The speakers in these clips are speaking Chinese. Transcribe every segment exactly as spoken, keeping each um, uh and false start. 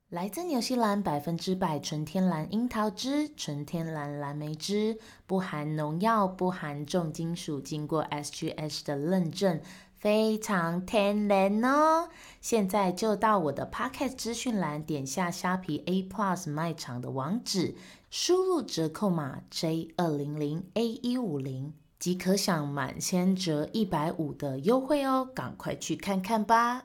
来自纽西兰百分之百纯天然樱桃汁、纯天然蓝莓汁，不含农药、不含重金属，经过 S G S 的认证，非常天然哦。现在就到我的 Podcast 资讯栏，点下虾皮 A Plus 卖场的网址，输入折扣码 J 二零零 A 一五零，即可享满千折一百五十的优惠哦，赶快去看看吧。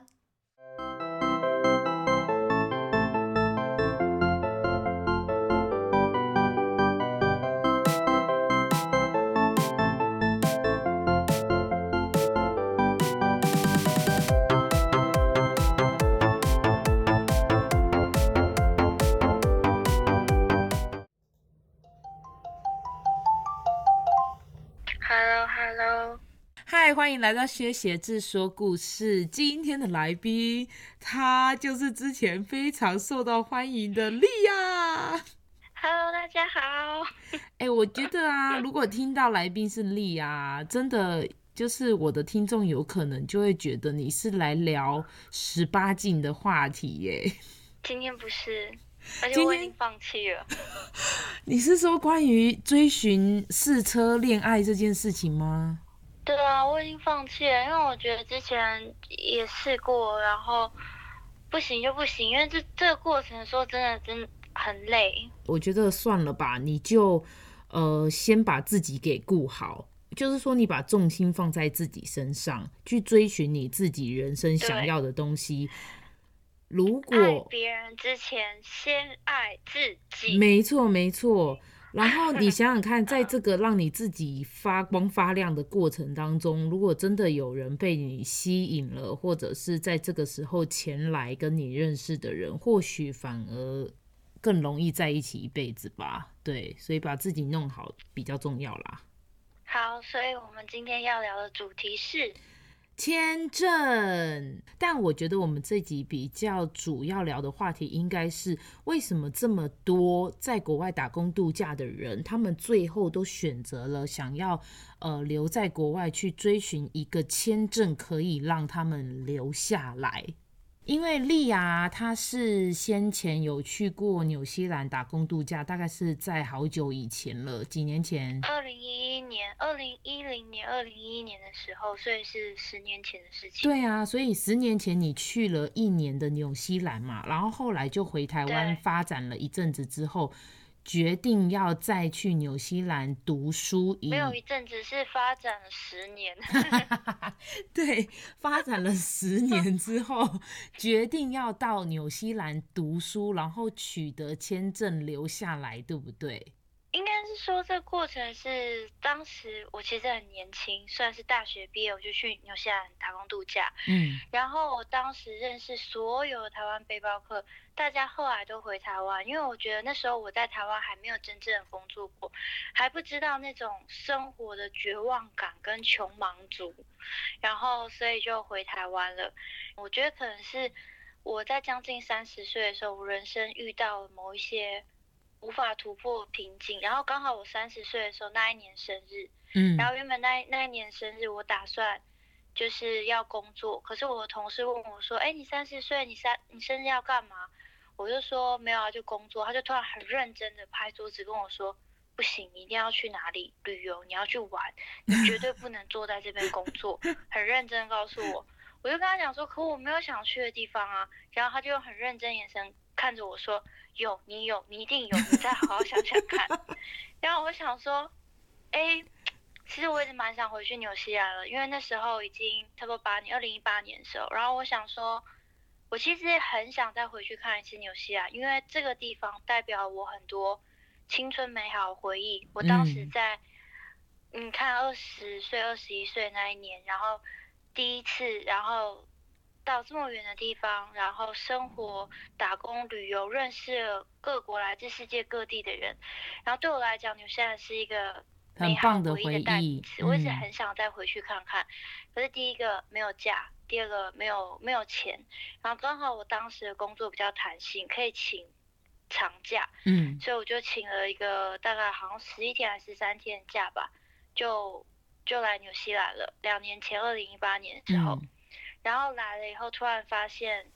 Hello Hello， 嗨，欢迎来到薛写字说故事。今天的来宾，他就是之前非常受到欢迎的莉亚。 Hello，大家好。 哎，我觉得啊，如果听到来宾是莉亚，真的就是我的听众有可能就会觉得你是来聊十八禁的话题耶。 今天不是，而且今天我已经放弃了。 你是说关于追寻试车恋爱这件事情吗？ 对啊，我已经放弃了，因为我觉得之前也试过，然后不行就不行，因为这这个过程说真的真的很累。 我觉得算了吧，你就呃先把自己给顾好，就是说你把重心放在自己身上，去追寻你自己人生想要的东西。如爱果别人之前，先爱自己。 没错没错，然后你想想看，在这个让你自己发光发亮的过程当中，如果真的有人被你吸引了，或者是在这个时候前来跟你认识的人，或许反而更容易在一起一辈子吧。对，所以把自己弄好比较重要啦。 好，所以我们今天要聊的主题是签证，但我觉得我们这集比较主要聊的话题应该是为什么这么多在国外打工度假的人，他们最后都选择了想要呃留在国外去追寻一个签证可以让他们留下来。因为莉亚她是先前有去过纽西兰打工度假，大概是在好久以前了，几年前。 二零一一年、二零一零年、二零一一年的时候，所以是十年前的事情。 对啊，所以十年前你去了一年的纽西兰嘛，然后后来就回台湾发展了一阵子之后，决定要再去纽西兰读书。 没有一阵子，是发展了十年。 对，发展了十年之后，决定要到纽西兰读书，然后取得签证留下来，对不对？ 应该是说，这个过程是当时我其实很年轻，算是大学毕业，我就去纽西兰打工度假。 嗯， 然后我当时认识所有的台湾背包客，大家后来都回台湾，因为我觉得那时候我在台湾还没有真正的工作过，还不知道那种生活的绝望感跟穷忙族，然后所以就回台湾了。我觉得可能是我在将近三十岁的时候，我人生遇到了某一些无法突破瓶颈，然后刚好我三十岁的时候那一年生日， 嗯， 然后原本那那一年生日我打算就是要工作，可是我的同事问我说：“哎，你三十岁，你三你生日要干嘛？”我就说没有啊，就工作。他就突然很认真的拍桌子跟我说：“不行，你一定要去哪里旅游，你要去玩，你绝对不能坐在这边工作。”很认真告诉我。我就跟他讲说：“可我没有想去的地方啊。”然后他就用很认真眼神看着我说：“有，你有，你一定有，你再好好想想看。”然后我想说，哎，其实我一直蛮想回去纽西兰了，因为那时候已经差不多八年，二零一八年的时候。然后我想说，我其实很想再回去看一次纽西兰，因为这个地方代表我很多青春美好的回忆。我当时在，你看二十岁、二十一岁那一年，然后第一次，然后到这么远的地方，然后生活、打工、旅游，认识了各国来自世界各地的人。然后对我来讲，纽西兰是一个美好回忆的代名词，我一直很想再回去看看。可是第一个没有假，第二个没有没有钱，然后刚好我当时的工作比较弹性，可以请长假， 嗯， 所以我就请了一个大概好像十一天还是十三天的假吧，就就来纽西兰了。两年前，二零一八年的时候。 嗯， 然后来了以后，突然发现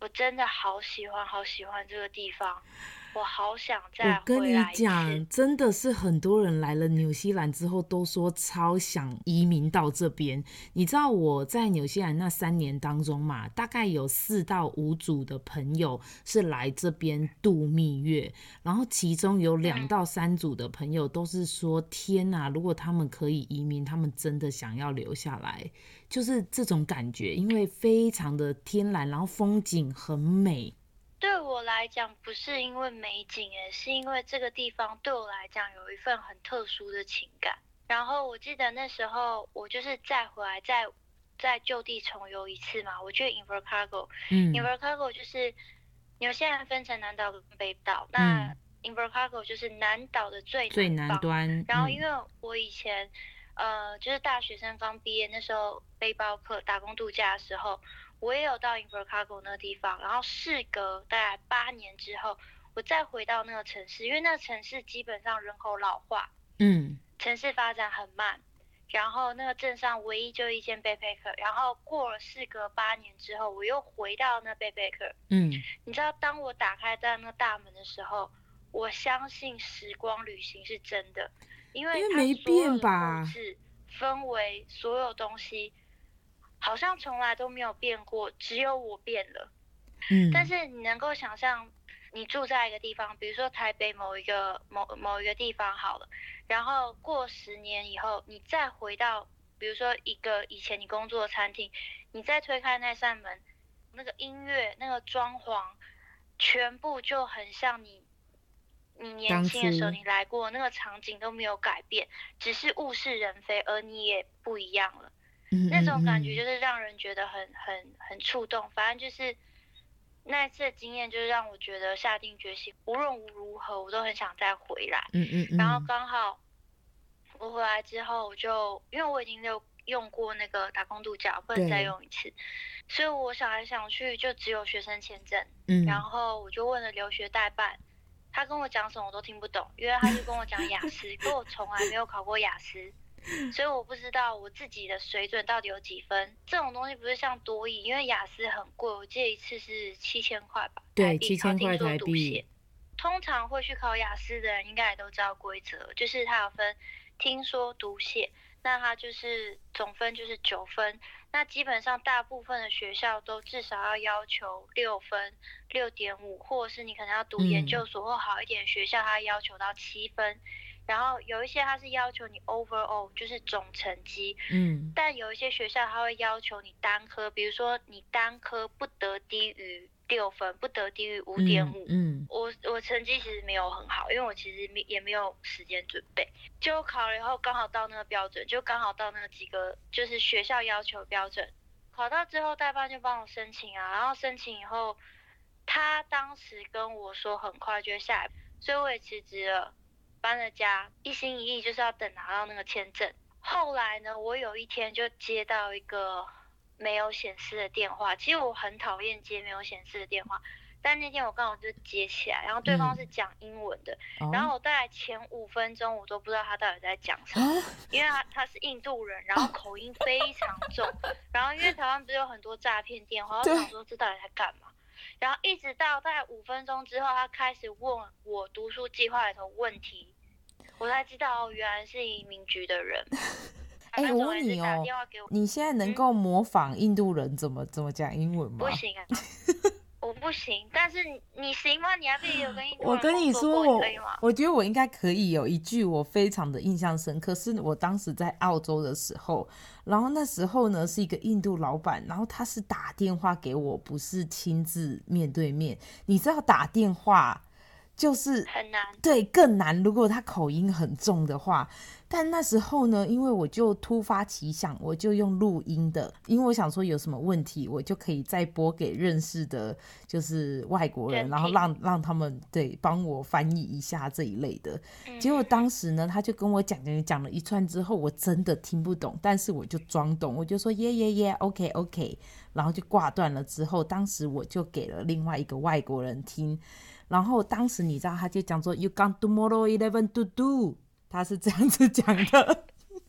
我真的好喜欢好喜欢这个地方，我好想再我跟你回来一次。 讲，真的是很多人来了纽西兰之后都说超想移民到这边。你知道我在纽西兰那三年当中嘛，大概有四到五组的朋友是来这边度蜜月，然后其中有两到三组的朋友都是说，天哪，如果他们可以移民，他们真的想要留下来。就是这种感觉，因为非常的天然，然后风景很美。 对我来讲，不是因为美景，诶，是因为这个地方对我来讲有一份很特殊的情感。然后我记得那时候我就是再回来，再再就地重游一次嘛。我去 Invercargill， 嗯 ，Invercargill 就是纽西兰分成南岛跟北岛，那 Invercargill 就是南岛的最南最南端。 然后因为我以前。呃，就是大学生刚毕业那时候，背包客打工度假的时候，我也有到 Invercargill 那个地方。然后事隔大概八年之后，我再回到那个城市，因为那个城市基本上人口老化，嗯，城市发展很慢。然后那个镇上唯一就一间背包客，然后过了事隔八年之后，我又回到那背包客，嗯，你知道，当我打开在那个大门的时候，我相信时光旅行是真的。因为它没变吧， 氛围所有东西好像从来都没有变过，只有我变了。嗯，但是你能够想象，你住在一个地方，比如说台北某一个某某一个地方好了，然后过十年以后，你再回到，比如说一个以前你工作的餐厅，你再推开那扇门，那个音乐、那个装潢，全部就很像你。你年轻的时候，你来过那个场景都没有改变，只是物是人非，而你也不一样了。嗯嗯嗯，那种感觉就是让人觉得很很很触动。反正就是那一次的经验，就是让我觉得下定决心，无论如何我都很想再回来。嗯嗯嗯。然后刚好我回来之后，我就因为我已经有用过那个打工度假，不能再用一次，所以我想来想去就只有学生签证。嗯。然后我就问了留学代办。他跟我讲什么我都听不懂，因为他就跟我讲雅思，可我从来没有考过雅思，所以我不知道我自己的水准到底有几分。这种东西不是像多益，因为雅思很贵，我记得一次是七千块吧， 对，七千块台币。 通常会去考雅思的人应该也都知道规则，就是它有分听说读写，那它就是总分就是九分。那基本上大部分的学校都至少要要求六分、六点五，或者是你可能要读研究所或好一点的学校，它要求到七分。然后有一些它是要求你 overall 就是总成绩，嗯，但有一些学校它会要求你单科，比如说你单科不得低于六分，不得低于五点五。嗯，我我成绩其实没有很好，因为我其实也没有时间准备。就考了以后刚好到那个标准，就刚好到那几个就是学校要求标准。考到之后代办就帮我申请啊，然后申请以后，他当时跟我说很快就会下来，所以我也辞职了。搬了家，一心一意就是要等拿到那个签证。后来呢，我有一天就接到一个没有显示的电话，其实我很讨厌接没有显示的电话，但那天我刚好就接起来，然后对方是讲英文的，嗯、然后我大概前五分钟我都不知道他到底在讲什么，啊、因为他他是印度人，然后口音非常重，然后因为台湾不是有很多诈骗电话，我想说这到底在干嘛？然后一直到大概五分钟之后，他开始问我读书计划里头问题，我才知道哦，原来是移民局的人。 哎、欸，我问你哦，你现在能够模仿印度人怎么、嗯、怎么讲英文吗？ 不行啊，我不行。但是你行吗？你还是有跟印度人我跟你说， 我我觉得我应该可以。有一句我非常的印象深刻，是我当时在澳洲的时候，然后那时候呢是一个印度老板，然后他是打电话给我，不是亲自面对面。你知道打电话就是很难， 对，更难。如果他口音很重的话，但那时候呢，因为我就突发奇想，我就用录音的，因为我想说有什么问题，我就可以再拨给认识的，就是外国人，然后让让他们对帮我翻译一下这一类的。嗯、结果当时呢，他就跟我讲讲讲了一串之后，我真的听不懂，但是我就装懂，我就说耶耶耶 ，OK OK， 然后就挂断了。之后，当时我就给了另外一个外国人听。然后当时你知道他就讲说 You got tomorrow eleven to do， 他是这样子讲的。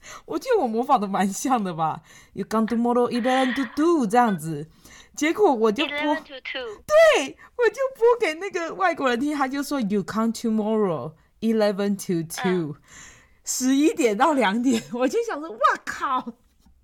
我记得我模仿的蛮像的吧 ，You come tomorrow eleven to two 这样子，结果我就播 eleven to two， 对，我就播给那个外国人听，他就说 You come tomorrow eleven to two，十一、嗯、点到两点，我就想说，哇靠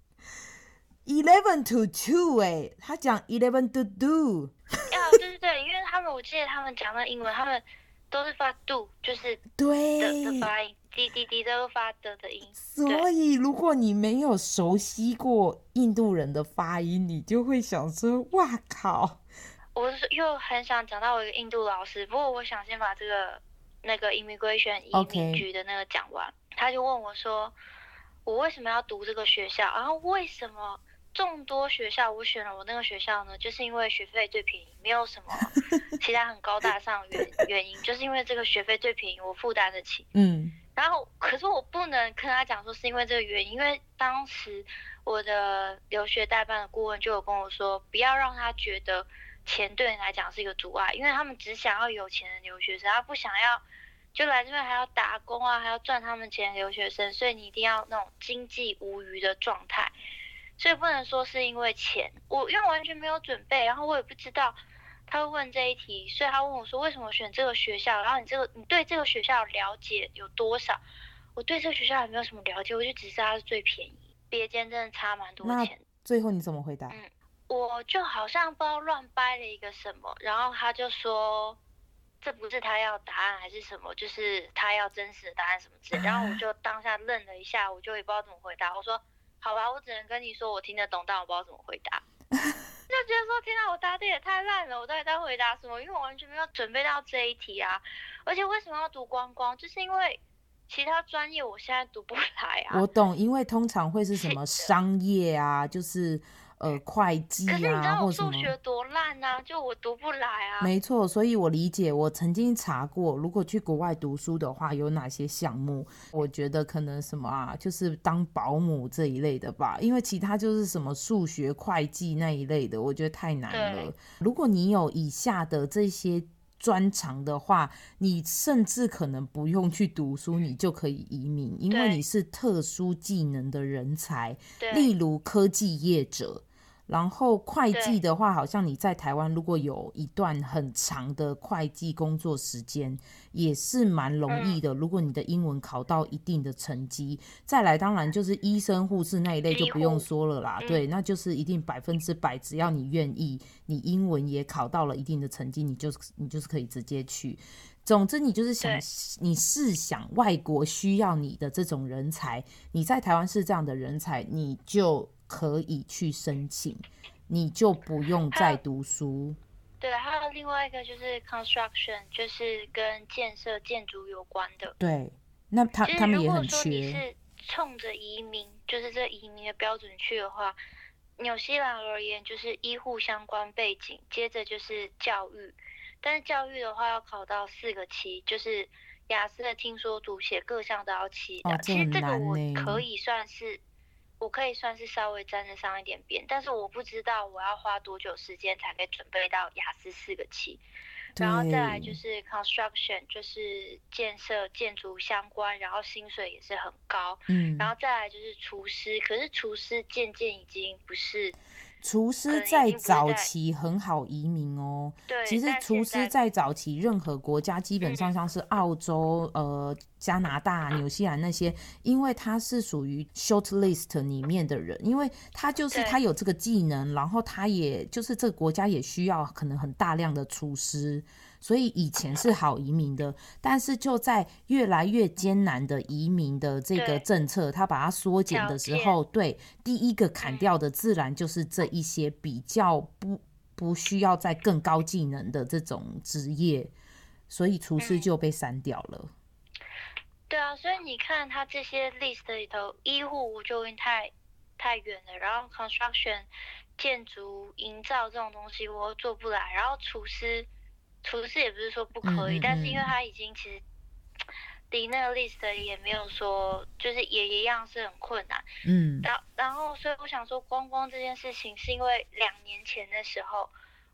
，eleven to two 哎、欸，他讲 eleven to do， 啊，对对对，因为他们我记得他们讲的英文，他们都是发 do， 就是对的的发音。滴滴滴都发的的音， 所以如果你没有熟悉过印度人的发音，你就会想说哇靠。 我又很想讲到我一个印度老师，不过我想先把这个那个 immigration 移民局的那个讲完。Okay. 他就问我说我为什么要读这个学校，然后为什么众多学校我选了我那个学校呢，就是因为学费最便宜，没有什么其他很高大上的原原因，就是因为这个学费最便宜，我负担得起。嗯，然后可是我不能跟他讲说是因为这个原因，因为当时我的留学代办的顾问就有跟我说，不要让他觉得钱对你来讲是一个阻碍，因为他们只想要有钱的留学生，他不想要就来这边还要打工啊，还要赚他们钱的留学生，所以你一定要那种经济无虞的状态，所以不能说是因为钱。我因为完全没有准备，然后我也不知道他会问这一题，所以他问我说为什么选这个学校，然后你这个你对这个学校了解有多少？我对这个学校也没有什么了解，我就只知道它是最便宜，别间真的差蛮多钱。 那最后你怎么回答？ 嗯，我就好像不知道乱掰了一个什么，然后他就说这不是他要答案还是什么，就是他要真实的答案什么之类的。然后我就当下愣了一下，我就也不知道怎么回答。我说好吧，我只能跟你说我听得懂，但我不知道怎么回答。就觉得说天哪，我答的也太烂了，我到底在回答什么？因为我完全没有准备到这一题啊。而且为什么要读观光，就是因为其他专业我现在读不来啊。 我懂，因为通常会是什么商业啊，就是呃会计啊， 可是你知道我数学多烂啊，就我读不来啊。 没错，所以我理解。我曾经查过，如果去国外读书的话，有哪些项目？我觉得可能什么啊，就是当保姆这一类的吧，因为其他就是什么数学、会计那一类的，我觉得太难了。如果你有以下的这些专长的话，你甚至可能不用去读书，你就可以移民，因为你是特殊技能的人才，例如科技业者。然后会计的话，好像你在台湾如果有一段很长的会计工作时间，也是蛮容易的。如果你的英文考到一定的成绩，再来当然就是医生、护士那一类就不用说了啦。对，那就是一定百分之百，只要你愿意，你英文也考到了一定的成绩，你就你就是可以直接去。总之，你就是想，你试想外国需要你的这种人才，你在台湾是这样的人才，你就可以去申请，你就不用再读书。 对，还有另外一个就是 construction， 就是跟建设建筑有关的。 对，那他他们也很缺。如果说你是冲着移民，就是这移民的标准去的话，纽西兰而言就是医护相关背景，接着就是教育。但是教育的话要考到四个七，就是雅思的听说读写各项都要七的。 哦， 其实这个我可以算是，我可以算是稍微沾得上一点边，但是我不知道我要花多久时间才可以准备到雅思四个七。然后再来就是 construction， 就是建设建筑相关，然后薪水也是很高。嗯，然后再来就是厨师，可是厨师渐渐已经不是。 厨师在早期很好移民哦。 对， 其实厨师在早期任何国家，基本上像是澳洲、呃加拿大、纽西兰那些，因为他是属于 short list 里面的人，因为他就是他有这个技能，然后他也就是这个国家也需要可能很大量的厨师，所以以前是好移民的。但是就在越来越艰难的移民的这个政策，他把它缩减的时候，对，第一个砍掉的自然就是这一些比较不不需要再更高技能的这种职业，所以厨师就被删掉了。嗯， 对啊，所以你看他这些 list 里头，医护就已经太太远了，然后 construction 建筑营造这种东西我做不来，然后厨师厨师也不是说不可以，嗯嗯嗯，但是因为他已经其实离那个 list 也没有说，就是也一样是很困难。嗯，然后然后所以我想说观光这件事情是因为两年前的时候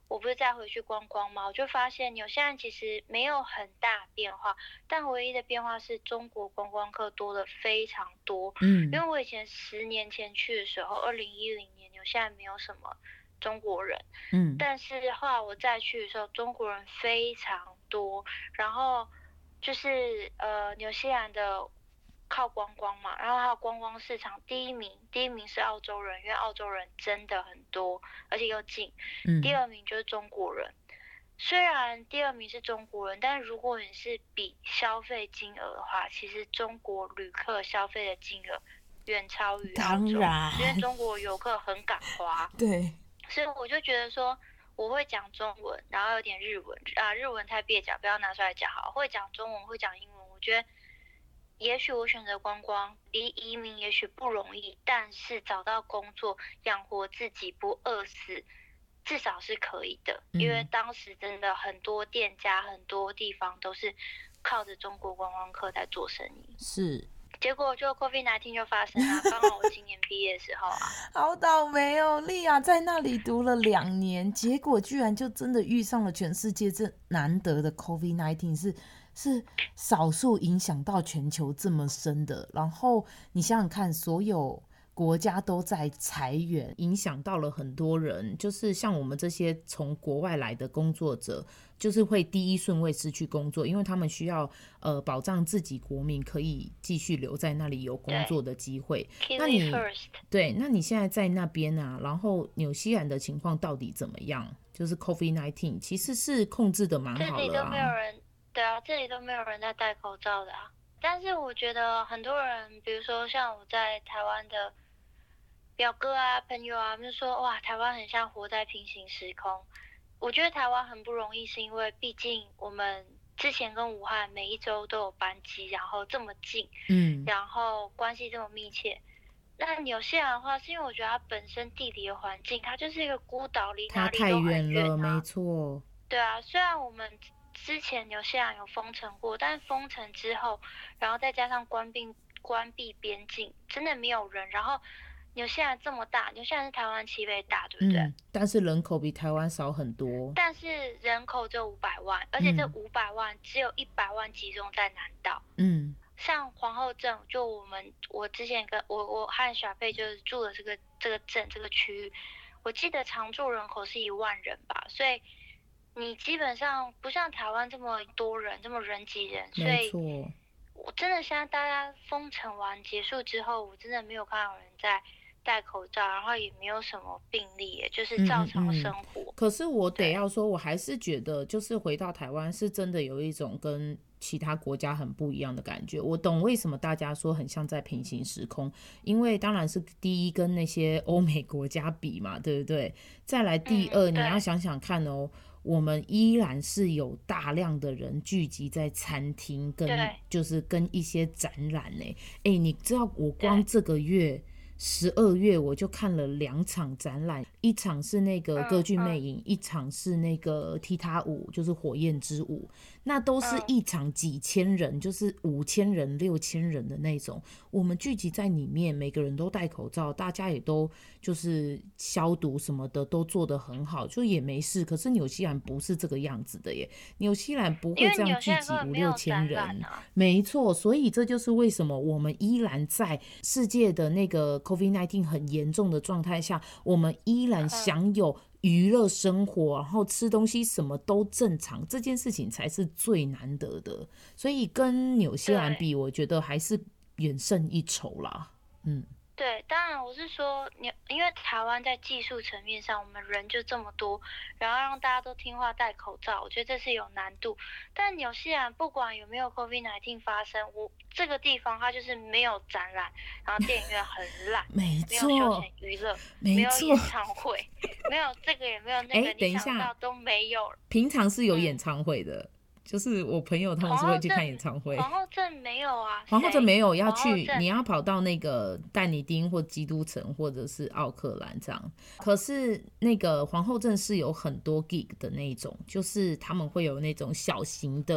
我不是再回去观光吗？我就发现纽西兰其实没有很大变化，但唯一的变化是中国观光客多了非常多。 嗯， 因为我以前十年前去的时候，二零一零年纽西兰没有什么中国人， 嗯， 但是后来我再去的时候，中国人非常多，然后就是呃纽西兰的靠观光嘛，然后还有观光市场第一名，第一名是澳洲人，因为澳洲人真的很多，而且又近。 嗯， 第二名就是中国人，虽然第二名是中国人，但如果你是比消费金额的话，其实中国旅客消费的金额远超于澳洲， 当然因为中国游客很敢花。 对， 所以我就觉得说，我会讲中文，然后有点日文啊，日文太蹩脚，不要拿出来讲好。会讲中文，会讲英文，我觉得也许我选择观光，离移民也许不容易，但是找到工作养活自己不饿死，至少是可以的。 嗯因为当时真的很多店家、很多地方都是靠着中国观光客在做生意。 是。 结果就 COVID 十九 就发生了，刚好我今年毕业的时候啊， 好倒霉哦，莉亚在那里读了两年，结果居然就真的遇上了全世界这难得的 COVID 十九，是是少数影响到全球这么深的。然后你想想看，所有国家都在裁员，影响到了很多人，就是像我们这些从国外来的工作者，就是会第一顺位失去工作，因为他们需要呃保障自己国民可以继续留在那里有工作的机会。那 Kiwi 你 first。 对，那你现在在那边啊，然后纽西兰的情况到底怎么样？就是 COVID 十九 其实是控制的蛮好的这里都没有啊。 人，对啊，这里都没有人在戴口罩的啊。但是我觉得很多人，比如说像我在台湾的表哥啊、朋友啊，就说哇，台湾很像活在平行时空。我觉得台湾很不容易，是因为毕竟我们之前跟武汉每一周都有班机，然后这么近， 嗯， 然后关系这么密切。那纽西兰的话，是因为我觉得它本身地理的环境，它就是一个孤岛，离哪它太里都很远了， 远啊。 没错。 对啊，虽然我们之前纽西兰有封城过，但封城之后，然后再加上关闭关闭边境，真的没有人。然后纽西兰这么大，纽西兰是台湾七倍大，对不对？ 嗯，但是人口比台湾少很多。 但是人口只有五百万，而且这嗯五百万只有一百万集中在南岛。 嗯像皇后镇，就我们我之前跟我我和小佩就是住的这个这个镇这个区域，我记得常住人口是一万人吧，所以你基本上不像台湾这么多人，这么人挤人，所以没错。 我真的现在大家封城完结束之后，我真的没有看到有人在戴口罩，然后也没有什么病例，就是照常生活。 嗯嗯嗯、可是我得要说，我还是觉得，就是回到台湾是真的有一种跟其他国家很不一样的感觉。我懂为什么大家说很像在平行时空，因为当然是第一跟那些欧美国家比嘛，对不对？再来第二， 嗯、 你要想想看哦。我们依然是有大量的人聚集在餐厅，跟就是跟一些展览呢。哎、欸，你知道我光这个月十二月我就看了两场展览，一场是那个歌剧魅影，嗯嗯、一场是那个踢踏舞，就是火焰之舞。那都是一场几千人，就是五千人、六千人的那种。我们聚集在里面，每个人都戴口罩，大家也都就是消毒什么的都做得很好，就也没事。可是纽西兰不是这个样子的耶，纽西兰不会这样聚集五六千人， 啊、 没错。所以这就是为什么我们依然在世界的那个 COVID 十九 很严重的状态下，我们依然享有娱乐生活，然后吃东西什么都正常，这件事情才是最难得的。所以跟纽西兰比，我觉得还是远胜一筹啦。嗯， 对，当然我是说，你因为台湾在技术层面上，我们人就这么多，然后让大家都听话戴口罩，我觉得这是有难度。但纽西兰不管有没有 COVID 十九 发生，我这个地方它就是没有展览，然后电影院很烂， 没错， 没有休闲娱乐，没有演唱会，没有这个也没有那个， 欸、等一下你想到都没有。 平常是有演唱会的。嗯，就是我朋友他们是会去看演唱会。 皇后镇没有啊， 皇后镇没有要去，你要跑到那个但尼丁或基督城或者是奥克兰这样。可是那个皇后镇是有很多 gig 的那种，就是他们会有那种小型的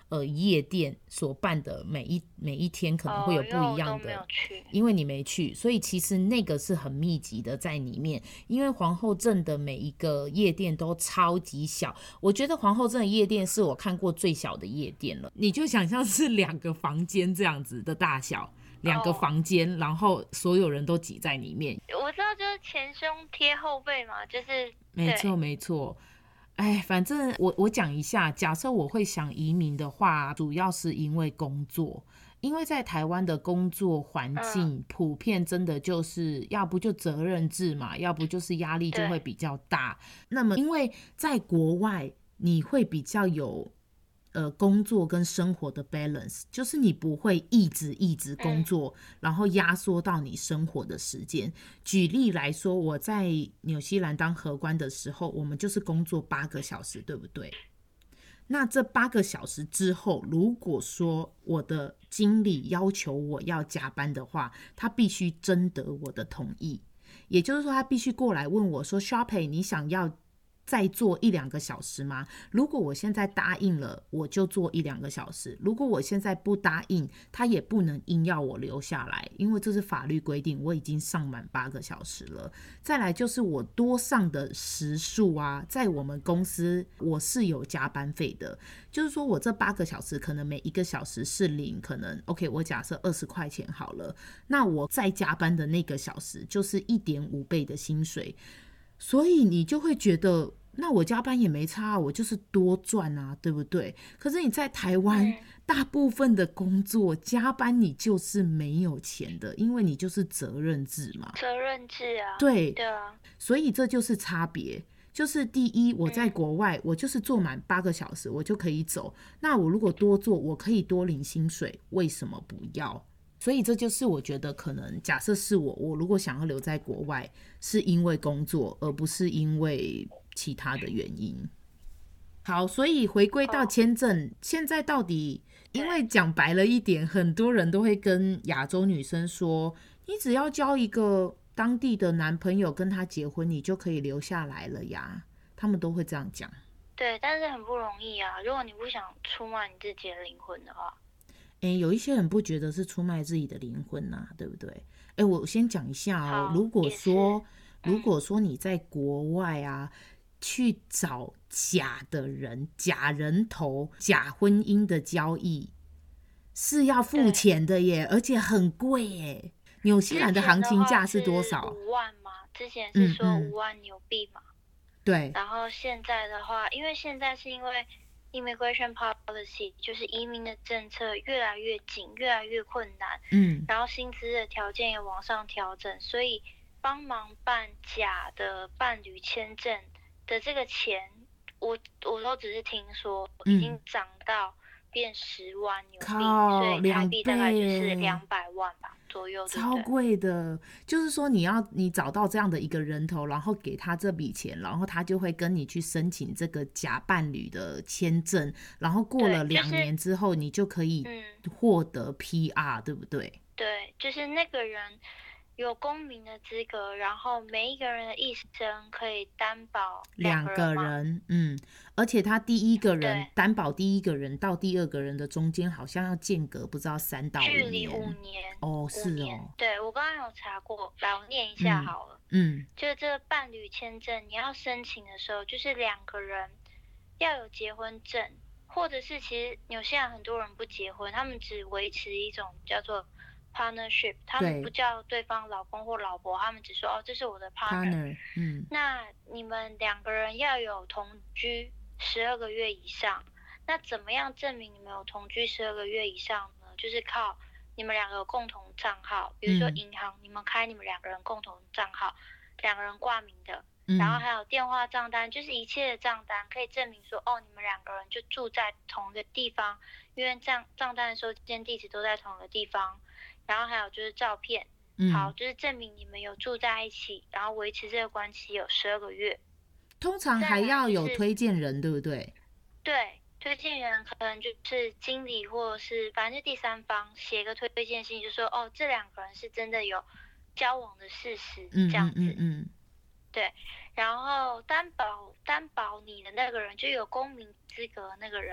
呃夜店所办的每一每一天可能会有不一样的， 哦、因为我都没有去， 因为你没去，所以其实那个是很密集的在里面。因为皇后镇的每一个夜店都超级小，我觉得皇后镇的夜店是我看过最小的夜店了，你就想象是两个房间这样子的大小，两个房间、哦，然后所有人都挤在里面。 我知道，就是前胸贴后背嘛，就是没错没错。哎，反正我我讲一下，假设我会想移民的话，主要是因为工作，因为在台湾的工作环境、嗯、普遍真的就是要不就责任制嘛，要不就是压力就会比较大。那么因为在国外，你会比较有呃工作跟生活的 balance， 就是你不会一直一直工作、嗯、然后压缩到你生活的时间。举例来说，我在纽西兰当荷官的时候，我们就是工作八个小时，对不对？那这八个小时之后，如果说我的经理要求我要加班的话，他必须征得我的同意，也就是说他必须过来问我说 Sharpay 你想要再做一两个小时吗？如果我现在答应了，我就做一两个小时，如果我现在不答应，他也不能硬要我留下来，因为这是法律规定，我已经上满八个小时了。再来就是我多上的时数啊，在我们公司我是有加班费的，就是说我这八个小时可能每一个小时是领可能 OK 我假设二十块钱好了，那我再加班的那个小时就是 一点五 倍的薪水，所以你就会觉得那我加班也没差，我就是多赚啊，对不对？可是你在台湾、嗯、大部分的工作加班你就是没有钱的，因为你就是责任制嘛， 责任制啊， 对对啊， 所以这就是差别。就是第一，我在国外、嗯、我就是做满八个小时我就可以走，那我如果多做我可以多领薪水，为什么不要？所以这就是我觉得可能假设是我我如果想要留在国外是因为工作而不是因为其他的原因。好，所以回归到签证、哦、现在到底因为讲白了一点，很多人都会跟亚洲女生说你只要交一个当地的男朋友跟他结婚你就可以留下来了呀，他们都会这样讲。 对，但是很不容易啊，如果你不想出卖你自己的灵魂的话。 欸、有一些人不觉得是出卖自己的灵魂啊，对不对？欸、我先讲一下哦，如果说、嗯、如果说你在国外啊去找假的人、假人头、假婚姻的交易是要付钱的耶，而且很贵耶。纽西兰的行情价是多少？ 五万吗？之前是说五万纽币嘛、嗯嗯。 对。 然后现在的话，因为现在是因为Immigration policy 就是移民的政策越来越紧，越来越困难，嗯，然后薪资的条件也往上调整，所以帮忙办假的伴侣签证的这个钱，我我都只是听说已经涨到变十万纽币，所以台币大概就是两百万吧左右， 超贵的。就是说你要你找到这样的一个人头，然后给他这笔钱，然后他就会跟你去申请这个假伴侣的签证，然后过了两年之后，你就可以获得 P R， 对不对？ 对，就是那个人有公民的资格，然后每一个人的一生可以担保两个人，嗯，而且他第一个人担保第一个人到第二个人的中间好像要间隔不知道三到五年， 距离五年哦，是哦， 对，我刚刚有查过，来我念一下好了，嗯，嗯就是这个伴侣签证你要申请的时候，就是两个人要有结婚证，或者是其实纽西兰很多人不结婚，他们只维持一种叫做partnership， 他们不叫对方老公或老婆，他们只说哦，这是我的 partner, partner 嗯，那你们两个人要有同居十二个月以上。那怎么样证明你们有同居十二个月以上呢？就是靠你们两个有共同账号，比如说银行、嗯、你们开你们两个人共同账号，两个人挂名的、嗯、然后还有电话账单，就是一切的账单可以证明说哦，你们两个人就住在同一个地方，因为账账单的收件地址都在同一个地方。然后还有就是照片、嗯、好，就是证明你们有住在一起，然后维持这个关系有十二个月。 通常还要有推荐人、就是、对不对？ 对，推荐人可能就是经理或者是反正就第三方写个推荐信，就说哦，这两个人是真的有交往的事实，嗯、这样子。嗯嗯嗯对，然后担保担保你的那个人就有公民资格的那个人，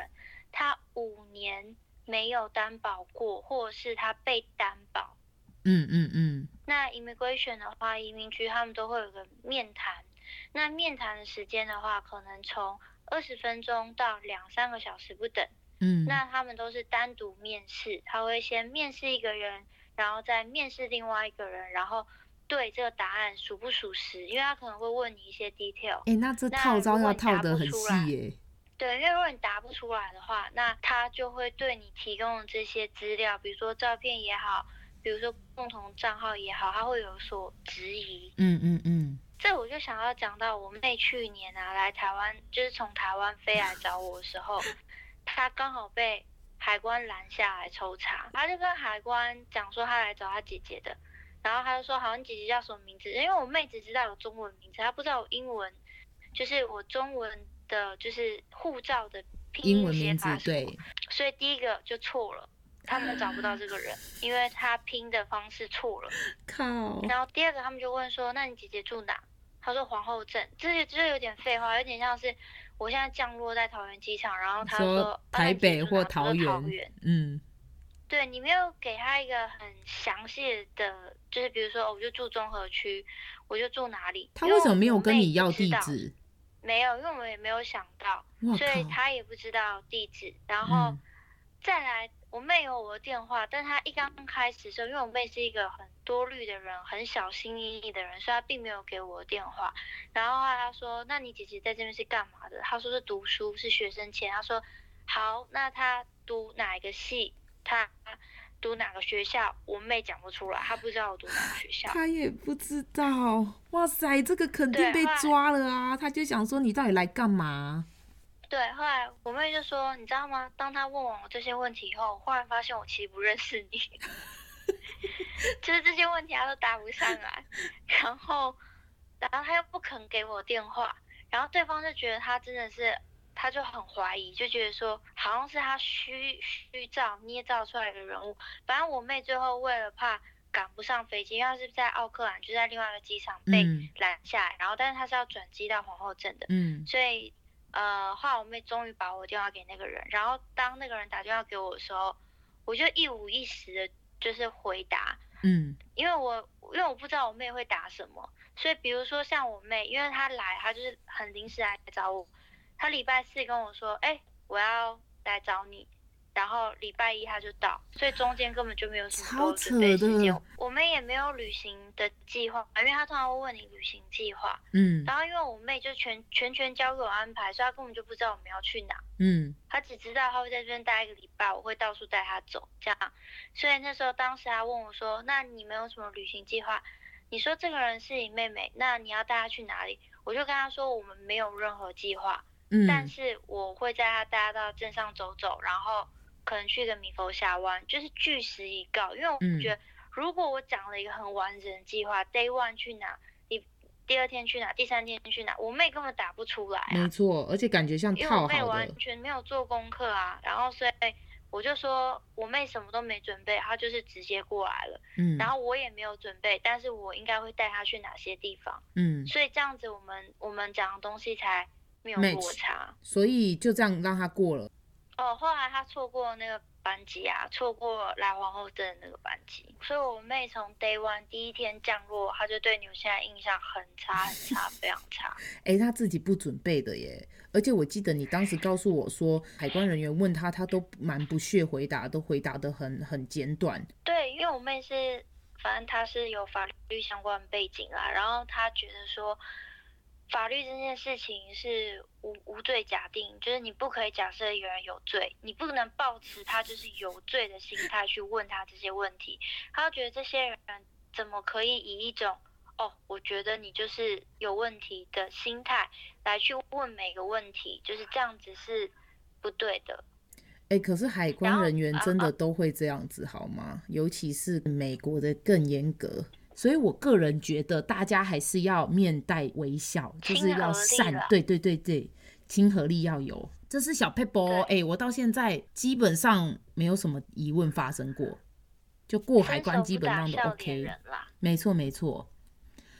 他五年没有担保过，或者是他被担保。 嗯嗯嗯。 那 immigration 的话，移民局他们都会有个面谈。那面谈的时间的话，可能从二十分钟到两三个小时不等。 嗯。 那他们都是单独面试，他会先面试一个人，然后再面试另外一个人，然后对这个答案属不属实，因为他可能会问你一些 detail。 哎、欸，那这套招要套得很细耶。 对，因为如果你答不出来的话，那他就会对你提供的这些资料，比如说照片也好，比如说共同账号也好，他会有所质疑。 嗯嗯嗯。 这我就想要讲到我妹去年啊来台湾，就是从台湾飞来找我的时候，她刚好被海关拦下来抽查，她就跟海关讲说她来找她姐姐的，然后她就说好，你姐姐叫什么名字？因为我妹只知道有中文名字，她不知道我英文，就是我中文的，就是护照的拼音写法是什么，对，所以第一个就错了。他们找不到这个人，因为他拼的方式错了。 靠！ 然后第二个，他们就问说：“那你姐姐住哪？”他说：“皇后镇。”这这有点废话，有点像是我现在降落在桃园机场，然后他说：“ 说台北或桃园。” 桃园。嗯，对，你没有给他一个很详细的，就是比如说，哦、我就住中和区，我就住哪里？ 他为什么没有跟你要地址？ 没有，因为我们也没有想到，所以他也不知道地址。然后、嗯、再来。我妹有我的电话，但她一刚开始的时候，因为我妹是一个很多虑的人，很小心翼翼的人，所以她并没有给我的电话。然后她说：“那你姐姐在这边是干嘛的？”她说是读书，是学生签。她说：“好，那她读哪一个系？她读哪个学校？”我妹讲不出来，她不知道我读哪个学校。 她也不知道。哇塞，这个肯定被抓了啊！她就想说你到底来干嘛？ 对，后来我妹就说，你知道吗？当她问完我这些问题以后，我忽然发现我其实不认识你，就是这些问题她都答不上来，然后，然后她又不肯给我电话，然后对方就觉得她真的是，她就很怀疑，就觉得说好像是她虚虚造捏造出来的人物。反正我妹最后为了怕赶不上飞机，因为她是在奥克兰，就在另外一个机场被拦下来，嗯、然后但是她是要转机到皇后镇的，嗯，所以。呃，后来我妹终于把我电话给那个人，然后当那个人打电话给我的时候，我就一五一十的，就是回答，嗯，因为我因为我不知道我妹会打什么，所以比如说像我妹，因为她来，她就是很临时来找我，她礼拜四跟我说，哎、欸，我要来找你，然后礼拜一她就到，所以中间根本就没有什么多准备时间。我妹也没有旅行的计划，因为她通常会问你旅行计划，嗯，然后因为我妹就全全权交给我安排，所以她根本就不知道我们要去哪，嗯，她只知道她会在这边待一个礼拜，我会到处带她走，这样。所以那时候当时她问我说：“那你们有什么旅行计划？你说这个人是你妹妹，那你要带她去哪里？”我就跟她说我们没有任何计划，嗯，但是我会带她带她到镇上走走，然后。可能去个米佛峡湾，就是据实以告，因为我觉得如果我讲了一个很完整的计划、嗯、，day one 去哪，第第二天去哪，第三天去哪，我妹根本打不出来、啊。 没错，而且感觉像套好的。 因为我妹完全没有做功课啊，然后所以我就说我妹什么都没准备，她就是直接过来了。嗯。然后我也没有准备，但是我应该会带她去哪些地方。嗯。所以这样子我们我们讲的东西才没有落差。 所以就这样让她过了。 哦，后来他错过那个班机啊，错过来皇后镇的那个班机，所以我妹从 day one 第一天降落，她就对纽西兰印象很差很差，非常差。 哎、欸，她自己不准备的耶，而且我记得你当时告诉我说，海关人员问她，她都蛮不屑回答，都回答得很很简短。 对，因为我妹是，反正她是有法律相关背景啦，然后她觉得说。法律这件事情是无无罪假定，就是你不可以假设有人有罪，你不能抱持他就是有罪的心态去问他这些问题。他觉得这些人怎么可以以一种哦，我觉得你就是有问题的心态来去问每个问题，就是这样子是不对的。 哎、欸，可是海关人员真的都会这样子好吗？尤其是美国的更严格。所以我个人觉得大家还是要面带微笑，就是要善，对对对对，亲和力要有。这是小撇步哦，哎、欸，我到现在基本上没有什么疑问发生过，就过海关基本上都 OK。没错没错。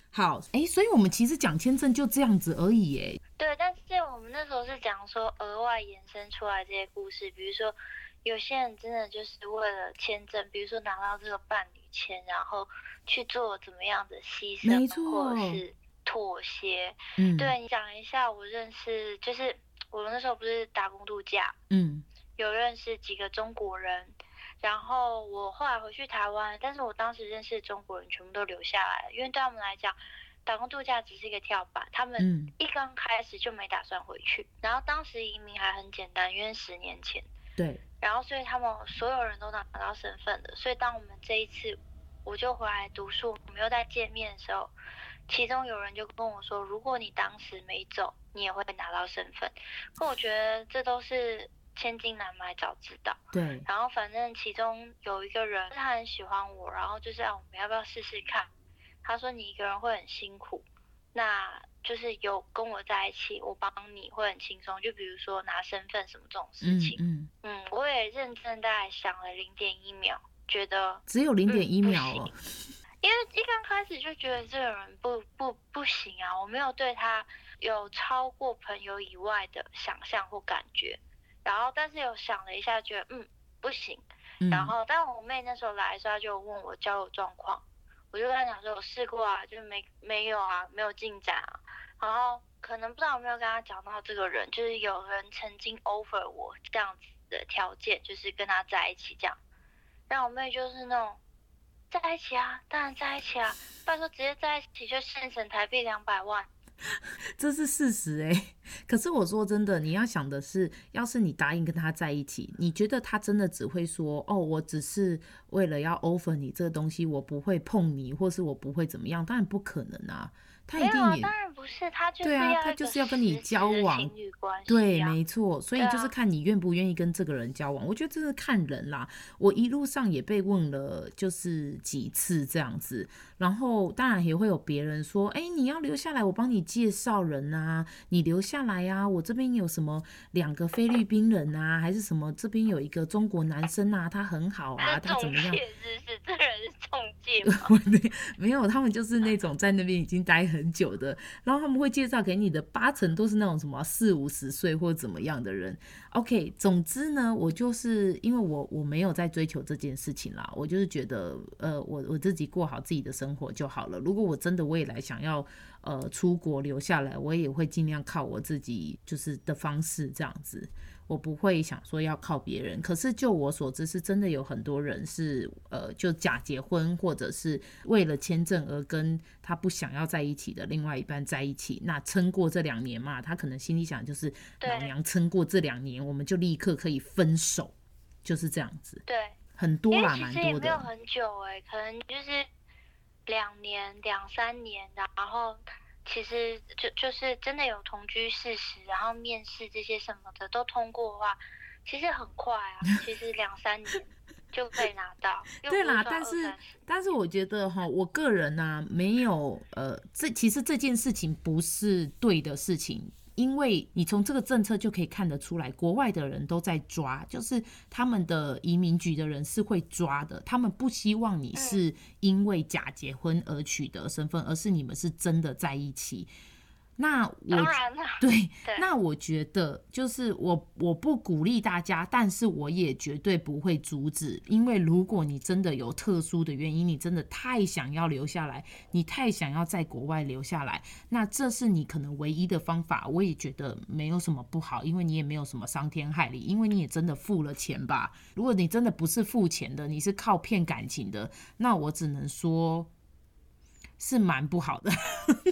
好，哎，所以我们其实讲签证就这样子而已，哎。 对，但是我们那时候是讲说额外延伸出来这些故事，比如说有些人真的就是为了签证，比如说拿到这个伴侣签，然后去做怎么样的牺牲，或者是妥协。嗯，对，你讲一下，我认识就是我那时候不是打工度假，嗯，有认识几个中国人。然后我后来回去台湾，但是我当时认识的中国人全部都留下来了，因为对他们来讲，打工度假只是一个跳板，他们一刚开始就没打算回去。嗯、然后当时移民还很简单，因为十年前。 对。 然后所以他们所有人都拿到身份的，所以当我们这一次我就回来读书，我们又在见面的时候，其中有人就跟我说，如果你当时没走，你也会拿到身份。可我觉得这都是。千金难买早知道。 对。 然后反正其中有一个人他很喜欢我，然后就是啊我们要不要试试看？他说你一个人会很辛苦，那就是有跟我在一起，我帮你会很轻松。就比如说拿身份什么这种事情。嗯嗯, 嗯我也认真大概想了零点一秒，觉得只有零点一秒哦。 因为一刚开始就觉得这个人不不不行啊，我没有对他有超过朋友以外的想象或感觉。然后，但是有想了一下，觉得嗯不行。嗯、然后，但我妹那时候来的时候，她就问我交友状况，我就跟她讲说，我试过啊，就没没有啊，没有进展啊。然后可能不知道有没有跟她讲到这个人，就是有人曾经 offer 我这样子的条件，就是跟他在一起这样。让我妹就是那种在一起啊，当然在一起啊，不然说直接在一起就现省台币两百万。 这是事实哎、欸，可是我说真的，你要想的是，要是你答应跟他在一起，你觉得他真的只会说哦，我只是为了要 offer 你这个东西，我不会碰你，或是我不会怎么样？当然不可能啊，他一定也、 没有啊、当然不是，他就是要对啊，他就是要跟你交往， 情侣关系啊、 对，没错，所以就是看你愿不愿意跟这个人交往。啊、我觉得这是看人啦。我一路上也被问了，就是几次这样子。然后当然也会有别人说，哎、欸，你要留下来，我帮你介绍人啊，你留下来啊，我这边有什么两个菲律宾人啊，还是什么这边有一个中国男生啊，他很好啊，他怎么样？ 中介是是，这人是中介吗？ 没有，他们就是那种在那边已经待很久的，然后他们会介绍给你的八成都是那种什么四五十岁或怎么样的人。OK， 总之呢，我就是因为我我没有在追求这件事情啦，我就是觉得呃，我我自己过好自己的生活就好了。如果我真的未来想要呃出国留下来，我也会尽量靠我自己就是的方式这样子。我不会想说要靠别人，可是就我所知，是真的有很多人是呃，就假结婚，或者是为了签证而跟他不想要在一起的另外一半在一起。那撑过这两年嘛，他可能心里想就是老娘撑过这两年，我们就立刻可以分手，就是这样子。 对， 很多啦，蛮多的。 其实也没有很久哎、欸，可能就是两年、两三年，然后。其实就就是真的有同居事实，然后面试这些什么的都通过的话，其实很快啊，其实两三年就可以拿到。 对啦，但是但是我觉得哈，我个人啊没有呃，这其实这件事情不是对的事情。因为你从这个政策就可以看得出来，国外的人都在抓，就是他们的移民局的人是会抓的，他们不希望你是因为假结婚而取得身份，而是你们是真的在一起。那我当然了， 对，对，那我觉得就是我我不鼓励大家，但是我也绝对不会阻止，因为如果你真的有特殊的原因，你真的太想要留下来，你太想要在国外留下来，那这是你可能唯一的方法，我也觉得没有什么不好，因为你也没有什么伤天害理，因为你也真的付了钱吧。如果你真的不是付钱的，你是靠骗感情的，那我只能说是蛮不好的。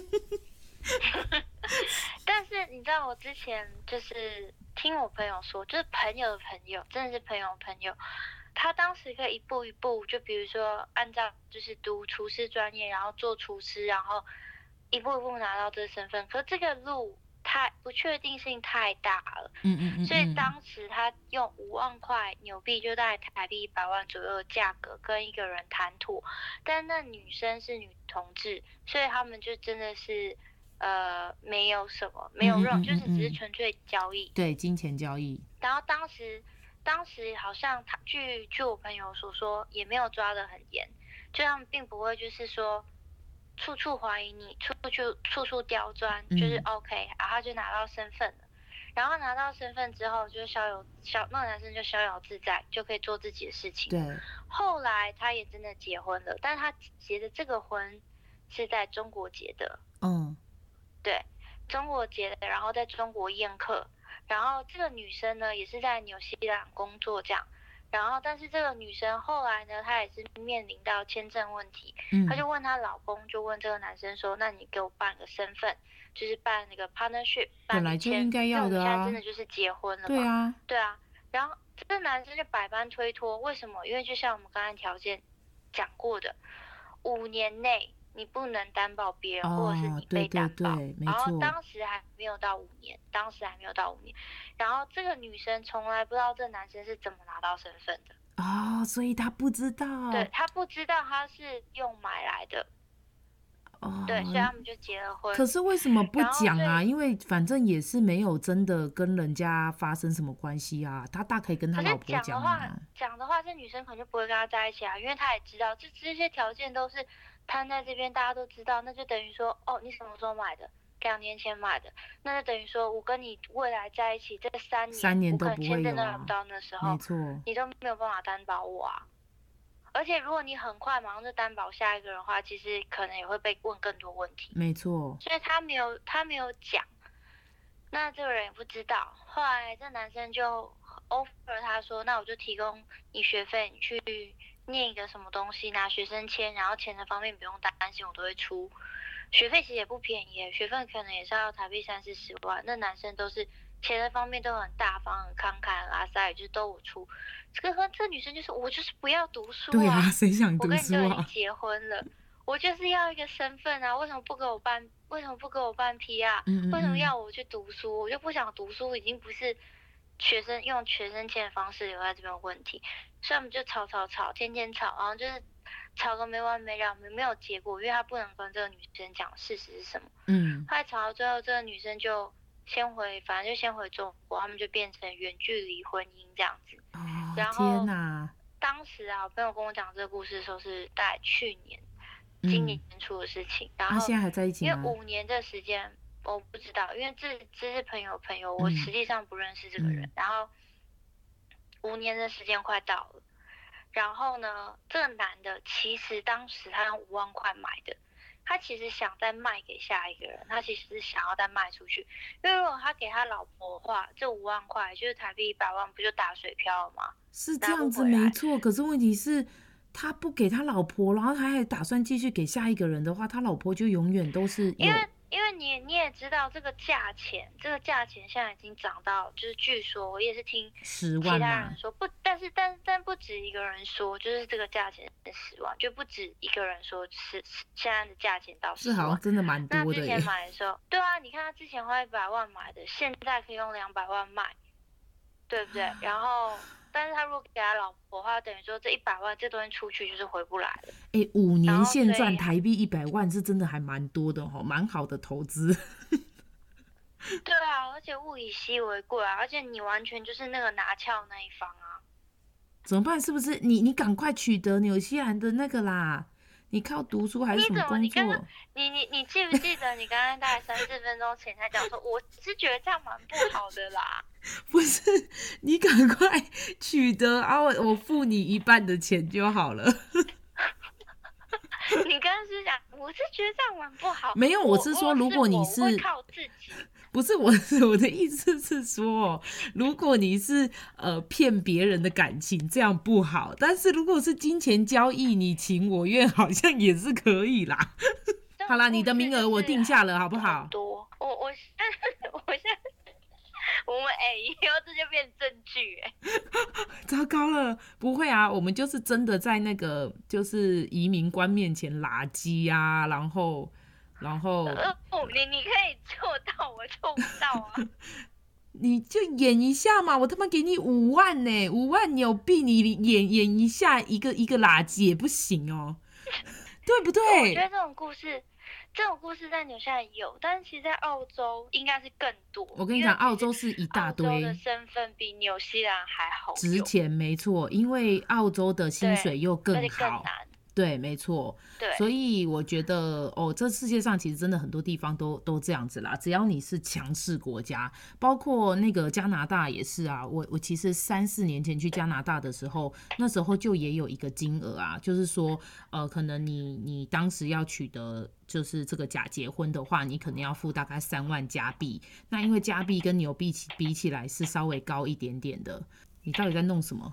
但是你知道，我之前就是听我朋友说，就是朋友的朋友，真的是朋友的朋友，他当时可以一步一步，就比如说按照就是读厨师专业，然后做厨师，然后一步一步拿到这个身份。可是这个路太不确定性太大了，嗯嗯嗯，所以当时他用五万块纽币，就大概台币一百万左右的价格跟一个人谈妥，但那女生是女同志，所以他们就真的是。呃，没有什么，没有任何，嗯嗯嗯嗯，就是只是纯粹交易， 对，金钱交易。 然后当时，当时好像他据据我朋友所说，也没有抓得很严，就他们并不会就是说， 处处怀疑你，处处处处刁钻， 嗯就是 OK，然后他就拿到身份了。然后拿到身份之后，就逍遥逍那个男生就逍遥自在，就可以做自己的事情。 对， 后来他也真的结婚了，但是他结的这个婚是在中国结的， 嗯对，中国结的，然后在中国宴客。然后这个女生呢，也是在纽西兰工作这样。然后，但是这个女生后来呢，她也是面临到签证问题， 嗯， 她就问她老公，就问这个男生说：“那你给我办个身份，就是办那个 partnership， 本来就应该要的啊。” 现在真的就是结婚了嘛？ 对啊， 对啊。然后这个男生就百般推脱，为什么？因为就像我们刚才条件讲过的，五年内你不能担保别人， 哦， 或者是你被担保。 对对对，没然后错。 当时还没有到五年，当时还没有到五年。然后这个女生从来不知道这个男生是怎么拿到身份的。 哦，所以他不知道。 对，他不知道他是用买来的。 哦， 对，所以他们就结了婚。 可是为什么不讲啊？ 然后因为反正也是没有真的跟人家发生什么关系啊，他大可以跟他老婆讲的话啊。， 讲的话，这女生可能就不会跟他在一起啊，因为她也知道这这些条件都是摊在这边，大家都知道，那就等于说，哦，你什么时候买的？两年前买的，那就等于说我跟你未来在一起这三年， 三年都我可能不会有啊签证都拿不到那时候， 没错， 你都没有办法担保我啊。而且如果你很快马上就担保下一个人的话，其实可能也会被问更多问题。 没错。 所以他没有他没有讲，那这个人也不知道。后来这男生就 offer 他说，那我就提供你学费，你去念一个什么东西，拿学生签，然后钱的方面不用担心，我都会出。学费其实也不便宜，学费可能也是要台币三四十万。那男生都是钱的方面都很大方、很慷慨、很阿塞，就是都我出。这个和这个女生就是我就是不要读书对啊，谁想我跟你读书啊？ 都已经结婚了，我就是要一个身份啊！为什么不给我办？为什么不给我办 P R？ 嗯嗯嗯为什么要我去读书？我就不想读书，已经不是学生用学生签的方式留在这边的问题。所以我们就吵吵吵，天天吵，然后就是吵个没完没了，没没有结果，因为他不能跟这个女生讲事实是什么。 嗯， 后来吵到最后，这个女生就先回，反正就先回中国，他们就变成远距离婚姻这样子。 哦， 然后天哪！ 当时啊，我朋友跟我讲这个故事的时候是大概去年、 嗯今年年初的事情。然后他现在还在一起因为吗？ 五年的时间我不知道，因为这这是朋友朋友，我嗯实际上不认识这个人。 嗯然后五年的时间快到了，然后呢，这个男的其实当时他用五万块买的。他其实想再卖给下一个人，他其实是想要再卖出去，因为如果他给他老婆的话，这五万块就是台币一百万，不就打水漂了吗？ 是这样子没错，可是问题是，他不给他老婆，然后他还打算继续给下一个人的话，他老婆就永远都是有。 因为因为你你也知道这个价钱，这个价钱现在已经涨到，就是据说我也是听十其他万嘛人，说不，但是但但不止一个人说，就是这个价钱是十万，就不止一个人说是是现在的价钱到十万。 是好像真的蛮那多的耶之前。买的时候，对啊，你看他之前花一百万买的，现在可以用两百万卖，对不对？然后，但是他如果给他老婆的话，等于说这一百万这东西出去就是回不来了。 哎、五然年后所以现赚台币一百万是真的还蛮多的哦，蛮好的投资。 对啊，而且物以稀为贵啊，而且你完全就是那个拿翘那一方啊。 怎么办？是不是你你赶快取得纽西兰的那个啦？你靠读书还是什你怎么？ 么工作？ 你刚刚你你你记不记得你刚刚大概三四分钟前才讲说，我是觉得这样蛮不好的啦。 不是，你赶快取得啊！我我付你一半的钱就好了。 你刚刚是讲，我是觉得这样蛮不好。 没有， 我我是说，如果你是我会靠自己。 不是我是我的意思是说，如果你是呃骗别人的感情，这样不好。但是如果是金钱交易，你情我愿，好像也是可以啦。好啦，你的名额我定下了，好不好？ 多，我我现在我现在我们哎、以后这就变证据哎、 糟糕了，不会啊，我们就是真的在那个就是移民官面前垃圾啊，然后然后呃，你你可以做到，我做不到啊。 你就演一下嘛，我他妈给你五万呢，五万纽币，你演演一下一个一个垃圾也不行哦，对不对？ 我觉得这种故事。这种故事在纽西兰有，但是其实在澳洲应该是更多。 我跟你讲，澳洲是一大堆， 澳洲的身份比纽西兰还好值钱，没错，因为澳洲的薪水又更好， 而且更难。 对，没错。 对， 所以我觉得哦，这世界上其实真的很多地方都都这样子啦。只要你是强势国家，包括那个加拿大也是啊。我我其实三四年前去加拿大的时候，那时候就也有一个金额啊，就是说呃，可能你你当时要取得就是这个假结婚的话，你可能要付大概三万加币。那因为加币跟纽币起比起来是稍微高一点点的。你到底在弄什么？